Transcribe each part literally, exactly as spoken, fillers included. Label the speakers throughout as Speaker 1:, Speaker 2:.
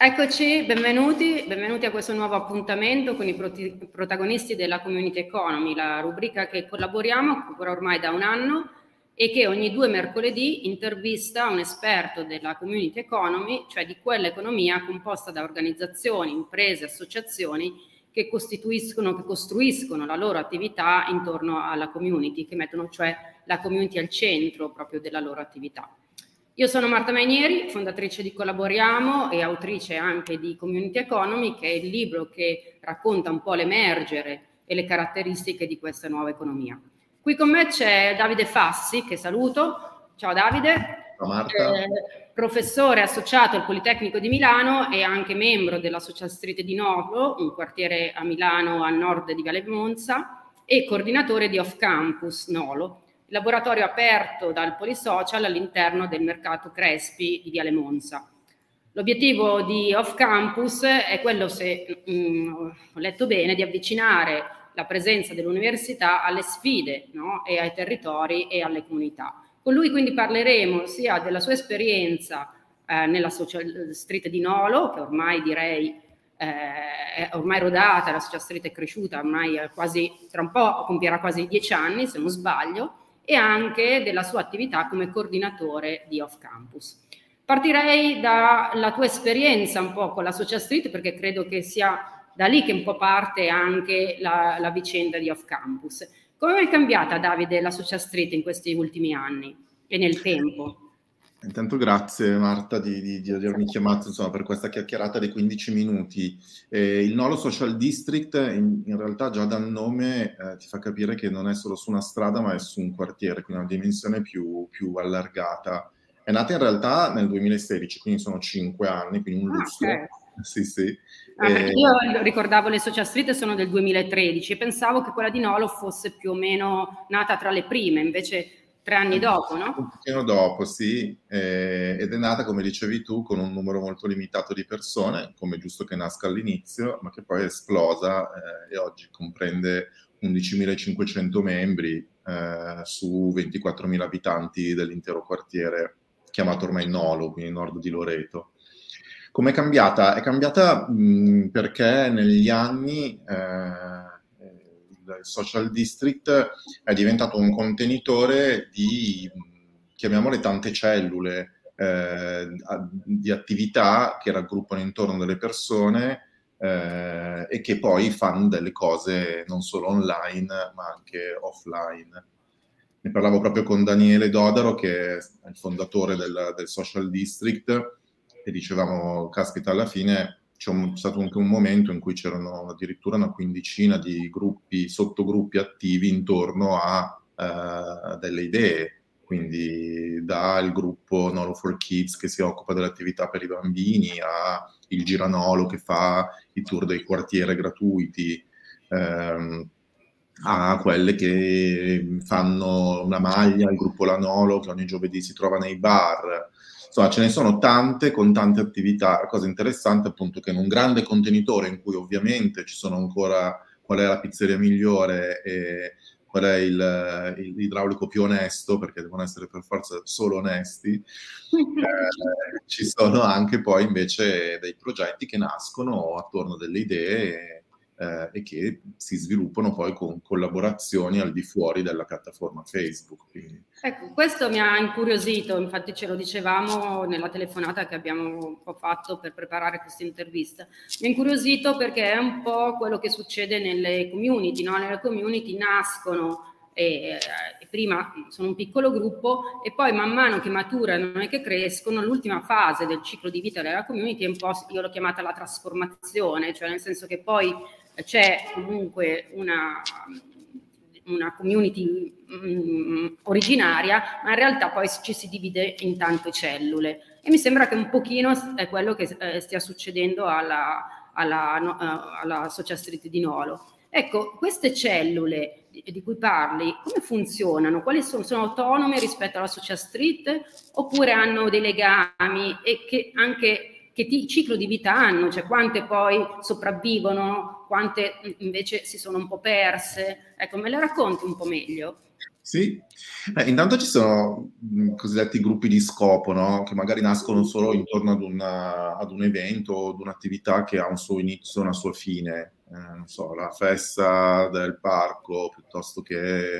Speaker 1: Eccoci, benvenuti, benvenuti a questo nuovo appuntamento con i proti- protagonisti della Community Economy, la rubrica che collaboriamo ancora ormai da un anno e che ogni due mercoledì intervista un esperto della Community Economy, cioè di quell'economia composta da organizzazioni, imprese, associazioni che costituiscono, che costruiscono la loro attività intorno alla community, che mettono cioè la community al centro proprio della loro attività. Io sono Marta Mainieri, fondatrice di Collaboriamo e autrice anche di Community Economy, che è il libro che racconta un po' l'emergere e le caratteristiche di questa nuova economia. Qui con me c'è Davide Fassi, che saluto. Ciao Davide.
Speaker 2: Ciao Marta.
Speaker 1: Eh, professore associato al Politecnico di Milano e anche membro della Social Street di Novo, un quartiere a Milano a nord di Viale Monza, e coordinatore di Off Campus Nolo, laboratorio aperto dal Polisocial all'interno del mercato Crespi di Viale Monza. L'obiettivo di Off Campus è quello, se mh, ho letto bene, di avvicinare la presenza dell'università alle sfide, no? E ai territori e alle comunità. Con lui quindi parleremo sia della sua esperienza eh, nella Social Street di Nolo, che ormai direi eh, è ormai rodata, la Social Street è cresciuta, ormai è quasi, tra un po' compierà quasi dieci anni se non sbaglio, e anche della sua attività come coordinatore di Off Campus. Partirei dalla tua esperienza un po' con la Social Street, perché credo che sia da lì che un po' parte anche la, la vicenda di Off Campus. Come è cambiata, Davide, la Social Street in questi ultimi anni e nel tempo?
Speaker 2: Intanto grazie Marta di, di, di avermi chiamato insomma, per questa chiacchierata di quindici minuti. Eh, il Nolo Social District in, in realtà già dal nome eh, ti fa capire che non è solo su una strada ma è su un quartiere, quindi una dimensione più, più allargata. È nata in realtà nel duemilasedici, quindi sono cinque anni, quindi un
Speaker 1: Ah,
Speaker 2: lustro.
Speaker 1: okay.
Speaker 2: Sì, sì.
Speaker 1: Ah, perché
Speaker 2: Eh,
Speaker 1: io ricordavo le Social Street sono del duemilatredici e pensavo che quella di Nolo fosse più o meno nata tra le prime, invece tre anni dopo, no?
Speaker 2: Un pochino dopo, sì, eh, ed è nata, come dicevi tu, con un numero molto limitato di persone, come è giusto che nasca all'inizio, ma che poi è esplosa eh, e oggi comprende undicimilacinquecento membri eh, su ventiquattromila abitanti dell'intero quartiere, chiamato ormai Nolo, quindi nord di Loreto. Com'è cambiata? È cambiata mh, perché negli anni eh, il social district è diventato un contenitore di, chiamiamole, tante cellule eh, di attività che raggruppano intorno delle persone eh, e che poi fanno delle cose non solo online ma anche offline. Ne parlavo proprio con Daniele Dodaro, che è il fondatore del, del Social District, e dicevamo, caspita, alla fine c'è un, stato anche un momento in cui c'erano addirittura una quindicina di gruppi, sottogruppi attivi intorno a uh, delle idee, quindi dal gruppo Nolo for Kids che si occupa dell'attività per i bambini, a il Giranolo che fa i tour del quartiere gratuiti, ehm, a quelle che fanno una maglia, il gruppo Lanolo che ogni giovedì si trova nei bar. Insomma, ce ne sono tante con tante attività. La cosa interessante appunto che in un grande contenitore in cui ovviamente ci sono ancora qual è la pizzeria migliore e qual è il, il, l'idraulico più onesto, perché devono essere per forza solo onesti, eh, ci sono anche poi invece dei progetti che nascono attorno a delle idee eh, e che si sviluppano poi con collaborazioni al di fuori della piattaforma Facebook. Quindi.
Speaker 1: Ecco, questo mi ha incuriosito, infatti ce lo dicevamo nella telefonata che abbiamo un po' fatto per preparare questa intervista. Mi ha incuriosito perché è un po' quello che succede nelle community, no? Nelle community nascono e, e prima sono un piccolo gruppo e poi man mano che maturano e che crescono, l'ultima fase del ciclo di vita della community è un po', io l'ho chiamata la trasformazione, cioè nel senso che poi c'è comunque una, una community mh, originaria, ma in realtà poi ci si divide in tante cellule e mi sembra che un pochino è quello che eh, stia succedendo alla, alla, no, alla Social Street di Nolo. Ecco, queste cellule di, di cui parli, come funzionano? Quali sono? Sono autonome rispetto alla Social Street oppure hanno dei legami e che anche che t- ciclo di vita hanno, cioè quante poi sopravvivono, quante invece si sono un po' perse. Ecco, me le racconti un po' meglio?
Speaker 2: Sì, eh, intanto ci sono mh, cosiddetti gruppi di scopo, no? Che magari nascono solo intorno ad, una- ad un evento o ad un'attività che ha un suo inizio e una sua fine. Eh, non so, la festa del parco piuttosto che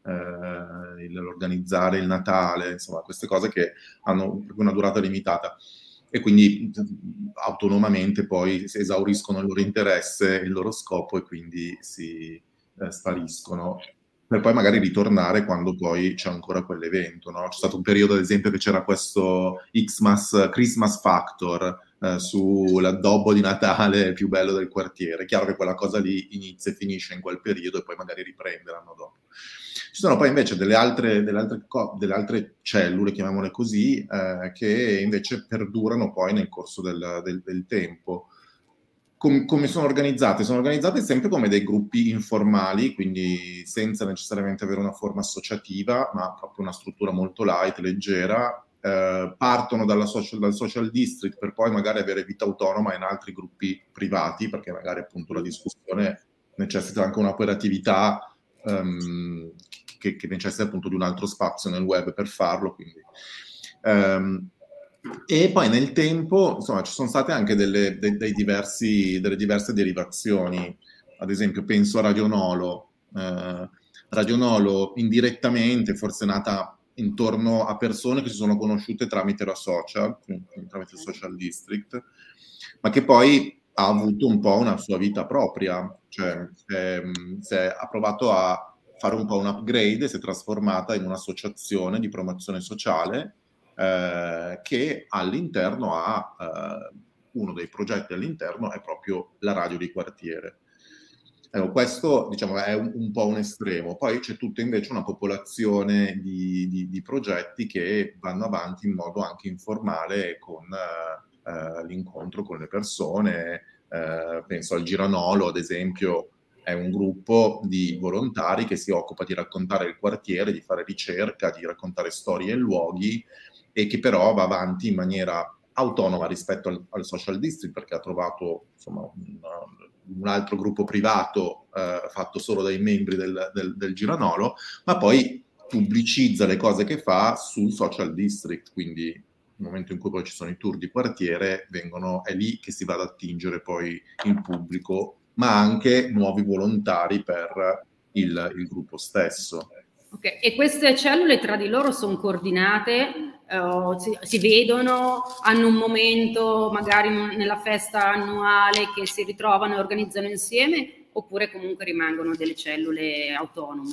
Speaker 2: eh, il- l'organizzare il Natale, insomma, queste cose che hanno una durata limitata e quindi mh, autonomamente poi si esauriscono il loro interesse, il loro scopo e quindi si eh, spariscono per poi magari ritornare quando poi c'è ancora quell'evento, no? C'è stato un periodo, ad esempio, che c'era questo Xmas, Christmas Factor eh, sull'addobbo di Natale più bello del quartiere. È chiaro che quella cosa lì inizia e finisce in quel periodo e poi magari riprende l'anno dopo. Ci sono poi invece delle altre, delle altre, co- delle altre cellule, chiamiamole così, eh, che invece perdurano poi nel corso del, del- del tempo. Com- come sono organizzate? Sono organizzate sempre come dei gruppi informali, quindi senza necessariamente avere una forma associativa, ma proprio una struttura molto light, leggera. Eh, partono dalla social, dal social district per poi magari avere vita autonoma in altri gruppi privati, perché magari appunto la discussione necessita anche un'operatività ehm, che, che necessita appunto di un altro spazio nel web per farlo. Quindi. Ehm, e poi nel tempo, insomma, ci sono state anche delle, dei- dei diversi- delle diverse derivazioni. Ad esempio, penso a Radio Nolo. Eh, Radio Nolo indirettamente, forse è nata intorno a persone che si sono conosciute tramite la social, quindi tramite il social district, ma che poi ha avuto un po' una sua vita propria, cioè ehm, si è- ha provato a fare un po' un upgrade, si è trasformata in un'associazione di promozione sociale eh, che all'interno ha, eh, uno dei progetti all'interno è proprio la radio di quartiere. Ecco, questo diciamo, è un, un po' un estremo, poi c'è tutta invece una popolazione di, di- di progetti che vanno avanti in modo anche informale con eh, eh, l'incontro con le persone. Eh, penso al Giranolo, ad esempio, è un gruppo di volontari che si occupa di raccontare il quartiere, di fare ricerca, di raccontare storie e luoghi e che però va avanti in maniera autonoma rispetto al, al social district perché ha trovato insomma, un, un altro gruppo privato eh, fatto solo dai membri del, del, del Giranolo, ma poi pubblicizza le cose che fa sul social district, quindi nel momento in cui poi ci sono i tour di quartiere, vengono, è lì che si va ad attingere poi il pubblico, ma anche nuovi volontari per il, il gruppo stesso.
Speaker 1: Okay. E queste cellule tra di loro sono coordinate, eh, o si, si vedono, hanno un momento magari nella festa annuale che si ritrovano e organizzano insieme, oppure comunque rimangono delle cellule autonome?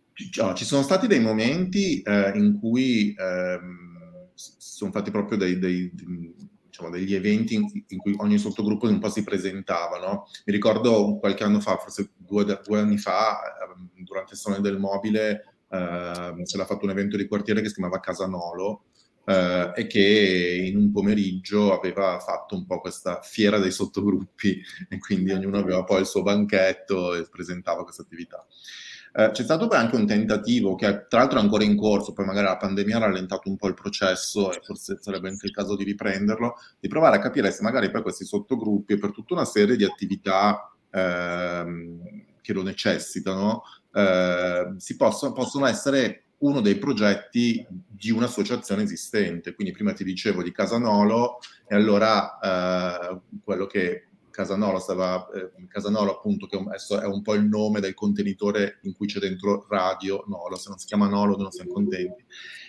Speaker 2: Ci ci sono stati dei momenti eh, in cui ehm, si sono fatti proprio dei, dei, diciamo, degli eventi in, in cui ogni sottogruppo un po' si presentava, no? Mi ricordo qualche anno fa, forse due, due anni fa, ehm, durante il Salone del Mobile, ehm, si era fatto un evento di quartiere che si chiamava Casanolo eh, e che in un pomeriggio aveva fatto un po' questa fiera dei sottogruppi e quindi ognuno aveva poi il suo banchetto e presentava questa attività. Eh, c'è stato poi anche un tentativo che tra l'altro è ancora in corso, poi magari la pandemia ha rallentato un po' il processo e forse sarebbe anche il caso di riprenderlo, di provare a capire se magari poi questi sottogruppi per tutta una serie di attività ehm, che lo necessitano eh, si possono, possono essere uno dei progetti di un'associazione esistente. Quindi prima ti dicevo di Casanolo e allora eh, quello che Casanolo stava, eh, Casanolo appunto che adesso è un po' il nome del contenitore in cui c'è dentro radio, Nolo, se non si chiama Nolo non siamo contenti.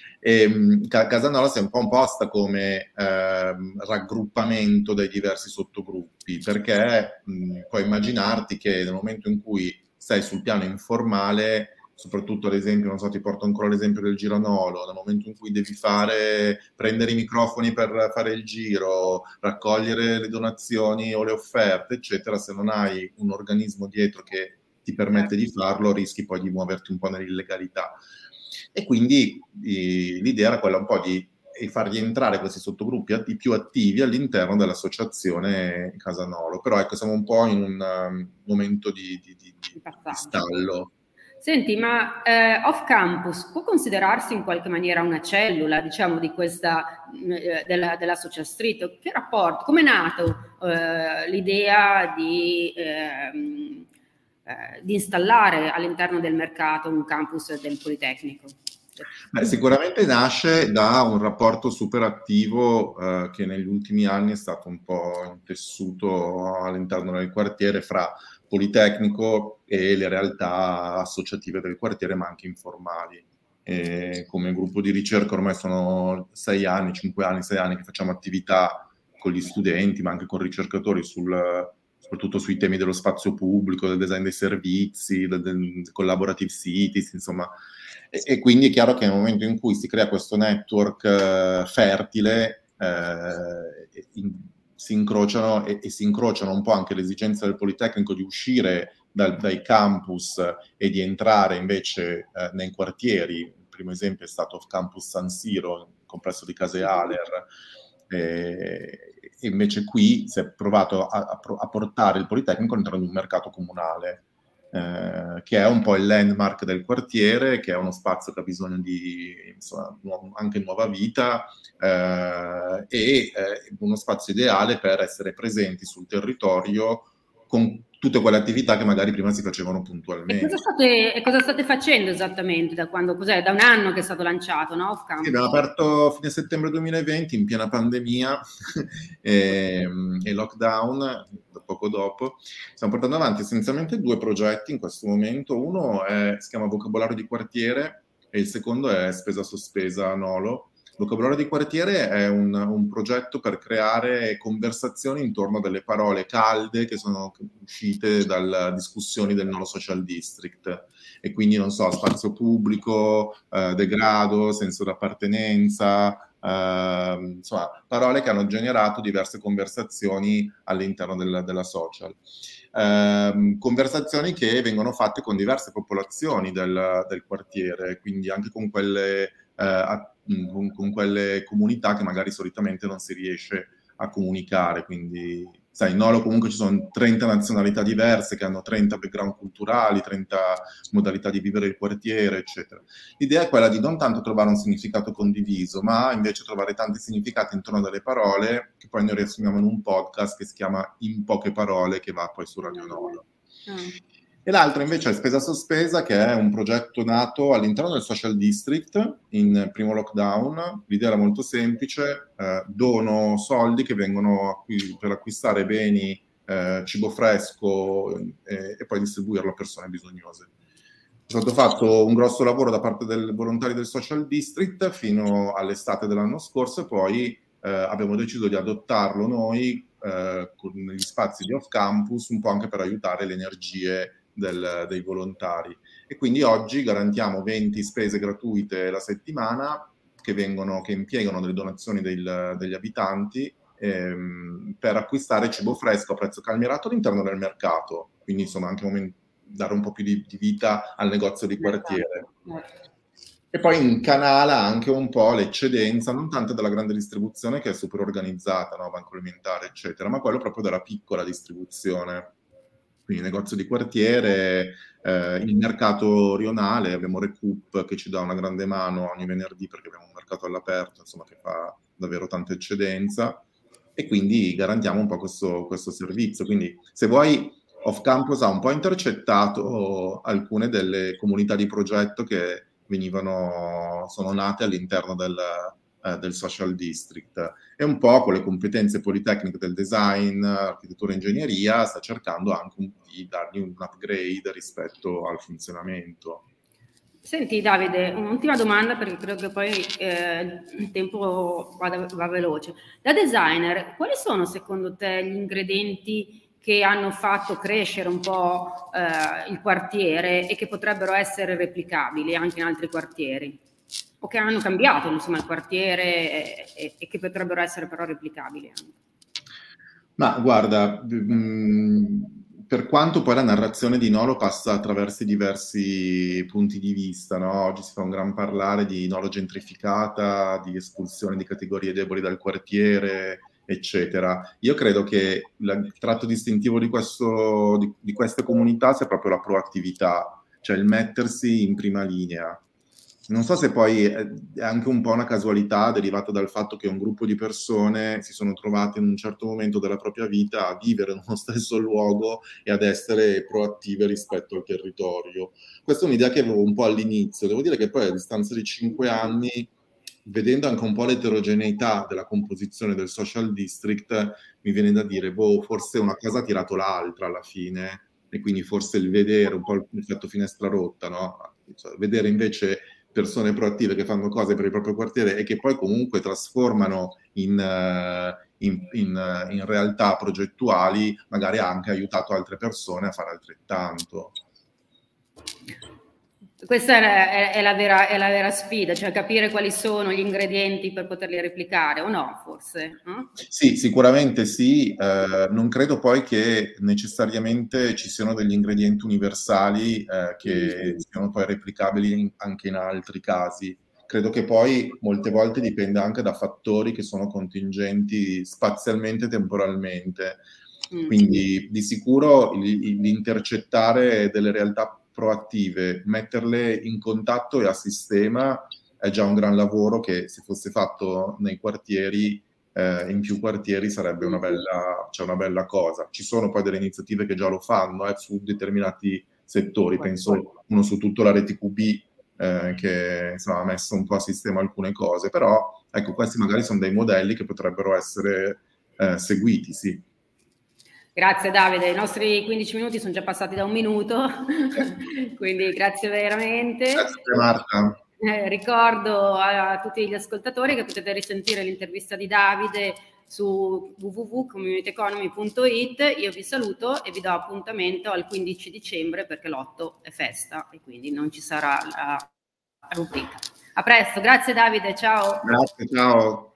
Speaker 2: E, Casanolo si è un po' imposta come ehm, raggruppamento dei diversi sottogruppi, perché mh, puoi immaginarti che nel momento in cui sei sul piano informale, soprattutto ad esempio, non so, ti porto ancora l'esempio del Giranolo, nel momento in cui devi fare, prendere i microfoni per fare il giro, raccogliere le donazioni o le offerte, eccetera, se non hai un organismo dietro che ti permette di farlo, rischi poi di muoverti un po' nell'illegalità. E quindi eh, l'idea era quella un po' di far rientrare questi sottogruppi atti- più attivi all'interno dell'associazione Casanolo. Però ecco, siamo un po' in un um, momento di, di, di, di, di stallo.
Speaker 1: Senti, ma eh, off campus può considerarsi in qualche maniera una cellula, diciamo, di questa eh, della, della Social Street? Che rapporto? Come è nato eh, l'idea di, ehm, eh, di installare all'interno del mercato un campus del Politecnico?
Speaker 2: Beh, sicuramente nasce da un rapporto super attivo eh, che negli ultimi anni è stato un po' intessuto all'interno del quartiere fra Politecnico e le realtà associative del quartiere, ma anche informali. E come gruppo di ricerca ormai sono sei anni, cinque anni, sei anni che facciamo attività con gli studenti, ma anche con ricercatori sul, soprattutto sui temi dello spazio pubblico, del design dei servizi, del, del collaborative cities, insomma. E, e quindi è chiaro che nel momento in cui si crea questo network eh, fertile, eh, in, si incrociano e, e si incrociano un po' anche le esigenze del Politecnico di uscire dal, dai campus e di entrare invece eh, nei quartieri. Il primo esempio è stato Off Campus San Siro, il complesso di Case Aler. E invece qui si è provato a, a portare il Politecnico all'interno di un mercato comunale, eh, che è un po' il landmark del quartiere, che è uno spazio che ha bisogno di insomma, nu- anche nuova vita, eh, e eh, uno spazio ideale per essere presenti sul territorio con tutte quelle attività che magari prima si facevano
Speaker 1: E
Speaker 2: puntualmente.
Speaker 1: cosa state, e cosa state facendo esattamente da quando, cos'è? Da un anno che è stato lanciato, no? Off
Speaker 2: Sì,
Speaker 1: Campus.
Speaker 2: abbiamo aperto fine settembre duemilaventi in piena pandemia e, e lockdown, poco dopo. Stiamo portando avanti essenzialmente due progetti in questo momento. Uno è, si chiama Vocabolario di quartiere e il secondo è Spesa Sospesa Nolo. Vocabolario di quartiere è un, un progetto per creare conversazioni intorno a delle parole calde che sono uscite dalle discussioni del Nolo Social District. E quindi, non so, spazio pubblico, eh, degrado, senso d'appartenenza, eh, insomma, parole che hanno generato diverse conversazioni all'interno del, della social. Eh, conversazioni che vengono fatte con diverse popolazioni del, del quartiere, quindi anche con quelle, eh, con, con quelle comunità che magari solitamente non si riesce a comunicare, quindi sai, in Nolo comunque ci sono trenta nazionalità diverse che hanno trenta background culturali, trenta modalità di vivere il quartiere, eccetera. L'idea è quella di non tanto trovare un significato condiviso, ma invece trovare tanti significati intorno a delle parole che poi noi riassumiamo in un podcast che si chiama In poche parole, che va poi su Radio Nolo. Mm. E l'altro invece è Spesa Sospesa, che è un progetto nato all'interno del Social District in primo lockdown. L'idea era molto semplice, eh, dono soldi che vengono acqu- per acquistare beni, eh, cibo fresco eh, e poi distribuirlo a persone bisognose. È stato fatto un grosso lavoro da parte dei volontari del Social District fino all'estate dell'anno scorso e poi eh, abbiamo deciso di adottarlo noi eh, con gli spazi di off campus, un po' anche per aiutare le energie del, dei volontari. E quindi oggi garantiamo venti spese gratuite la settimana che, vengono, che impiegano delle donazioni del, degli abitanti ehm, per acquistare cibo fresco a prezzo calmierato all'interno del mercato. Quindi insomma anche un momento dare un po' più di, di vita al negozio di quartiere. E poi incanala anche un po' l'eccedenza, non tanto della grande distribuzione che è super organizzata, no? Banco alimentare, eccetera, ma quello proprio della piccola distribuzione. Quindi negozio di quartiere, eh, il mercato rionale, abbiamo Recoup che ci dà una grande mano ogni venerdì perché abbiamo un mercato all'aperto, insomma, che fa davvero tanta eccedenza e quindi garantiamo un po' questo, questo servizio. Quindi se vuoi Off Campus ha un po' intercettato alcune delle comunità di progetto che venivano, sono nate all'interno del, eh, del Social District e un po' con le competenze politecniche del design, architettura e ingegneria sta cercando anche un, di dargli un upgrade rispetto al funzionamento.
Speaker 1: Senti Davide, un'ultima domanda perché credo che poi eh, il tempo va, va veloce. Da designer, quali sono secondo te gli ingredienti che hanno fatto crescere un po' eh, il quartiere e che potrebbero essere replicabili anche in altri quartieri? O che hanno cambiato insomma il quartiere e, e che potrebbero essere però replicabili anche?
Speaker 2: Ma guarda, mh, per quanto poi la narrazione di Nolo passa attraverso diversi punti di vista, no? Oggi si fa un gran parlare di Nolo gentrificata, di espulsione di categorie deboli dal quartiere, eccetera. Io credo che il tratto distintivo di, questo, di, di queste comunità sia proprio la proattività, cioè il mettersi in prima linea. Non so se poi è anche un po' una casualità derivata dal fatto che un gruppo di persone si sono trovate in un certo momento della propria vita a vivere in uno stesso luogo e ad essere proattive rispetto al territorio. Questa è un'idea che avevo un po' all'inizio. Devo dire che poi a distanza di cinque anni, vedendo anche un po' l'eterogeneità della composizione del social district, mi viene da dire, boh, forse una cosa ha tirato l'altra alla fine, e quindi forse il vedere un po' l'effetto finestra rotta, no? Cioè, vedere invece persone proattive che fanno cose per il proprio quartiere e che poi comunque trasformano in, uh, in, in, uh, in realtà progettuali, magari ha anche aiutato altre persone a fare altrettanto.
Speaker 1: Questa è, è, la vera, è la vera sfida, cioè capire quali sono gli ingredienti per poterli replicare, o no, forse? No?
Speaker 2: Sì, sicuramente sì. Eh, non credo poi che necessariamente ci siano degli ingredienti universali eh, che siano poi replicabili in, anche in altri casi. Credo che poi molte volte dipenda anche da fattori che sono contingenti spazialmente e temporalmente.
Speaker 1: Mm.
Speaker 2: Quindi di sicuro l'intercettare delle realtà proattive, metterle in contatto e a sistema è già un gran lavoro che se fosse fatto nei quartieri, eh, in più quartieri sarebbe una bella, cioè una bella cosa. Ci sono poi delle iniziative che già lo fanno eh, su determinati settori, penso uno su tutto la rete Q B eh, che insomma, ha messo un po' a sistema alcune cose, però ecco, questi magari sono dei modelli che potrebbero essere eh, seguiti, sì.
Speaker 1: Grazie Davide, i nostri quindici minuti sono già passati da un minuto, quindi grazie veramente.
Speaker 2: Grazie Marta.
Speaker 1: Eh, ricordo a, a tutti gli ascoltatori che potete risentire l'intervista di Davide su w w w punto community economy punto it. Io vi saluto e vi do appuntamento al quindici dicembre perché l'otto è festa e quindi non ci sarà la rubrica. A presto, grazie Davide, ciao.
Speaker 2: Grazie, ciao.